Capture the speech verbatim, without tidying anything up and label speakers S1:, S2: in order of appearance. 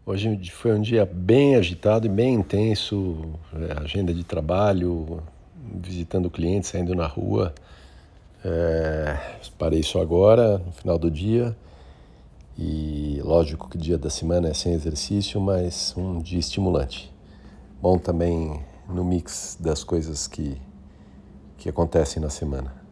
S1: Hoje foi um dia bem agitado e bem intenso, é, agenda de trabalho, visitando clientes, saindo na rua. É, parei só agora, no final do dia, e lógico que o dia da semana é sem exercício, mas um dia estimulante. Bom também no mix das coisas que, que acontecem na semana.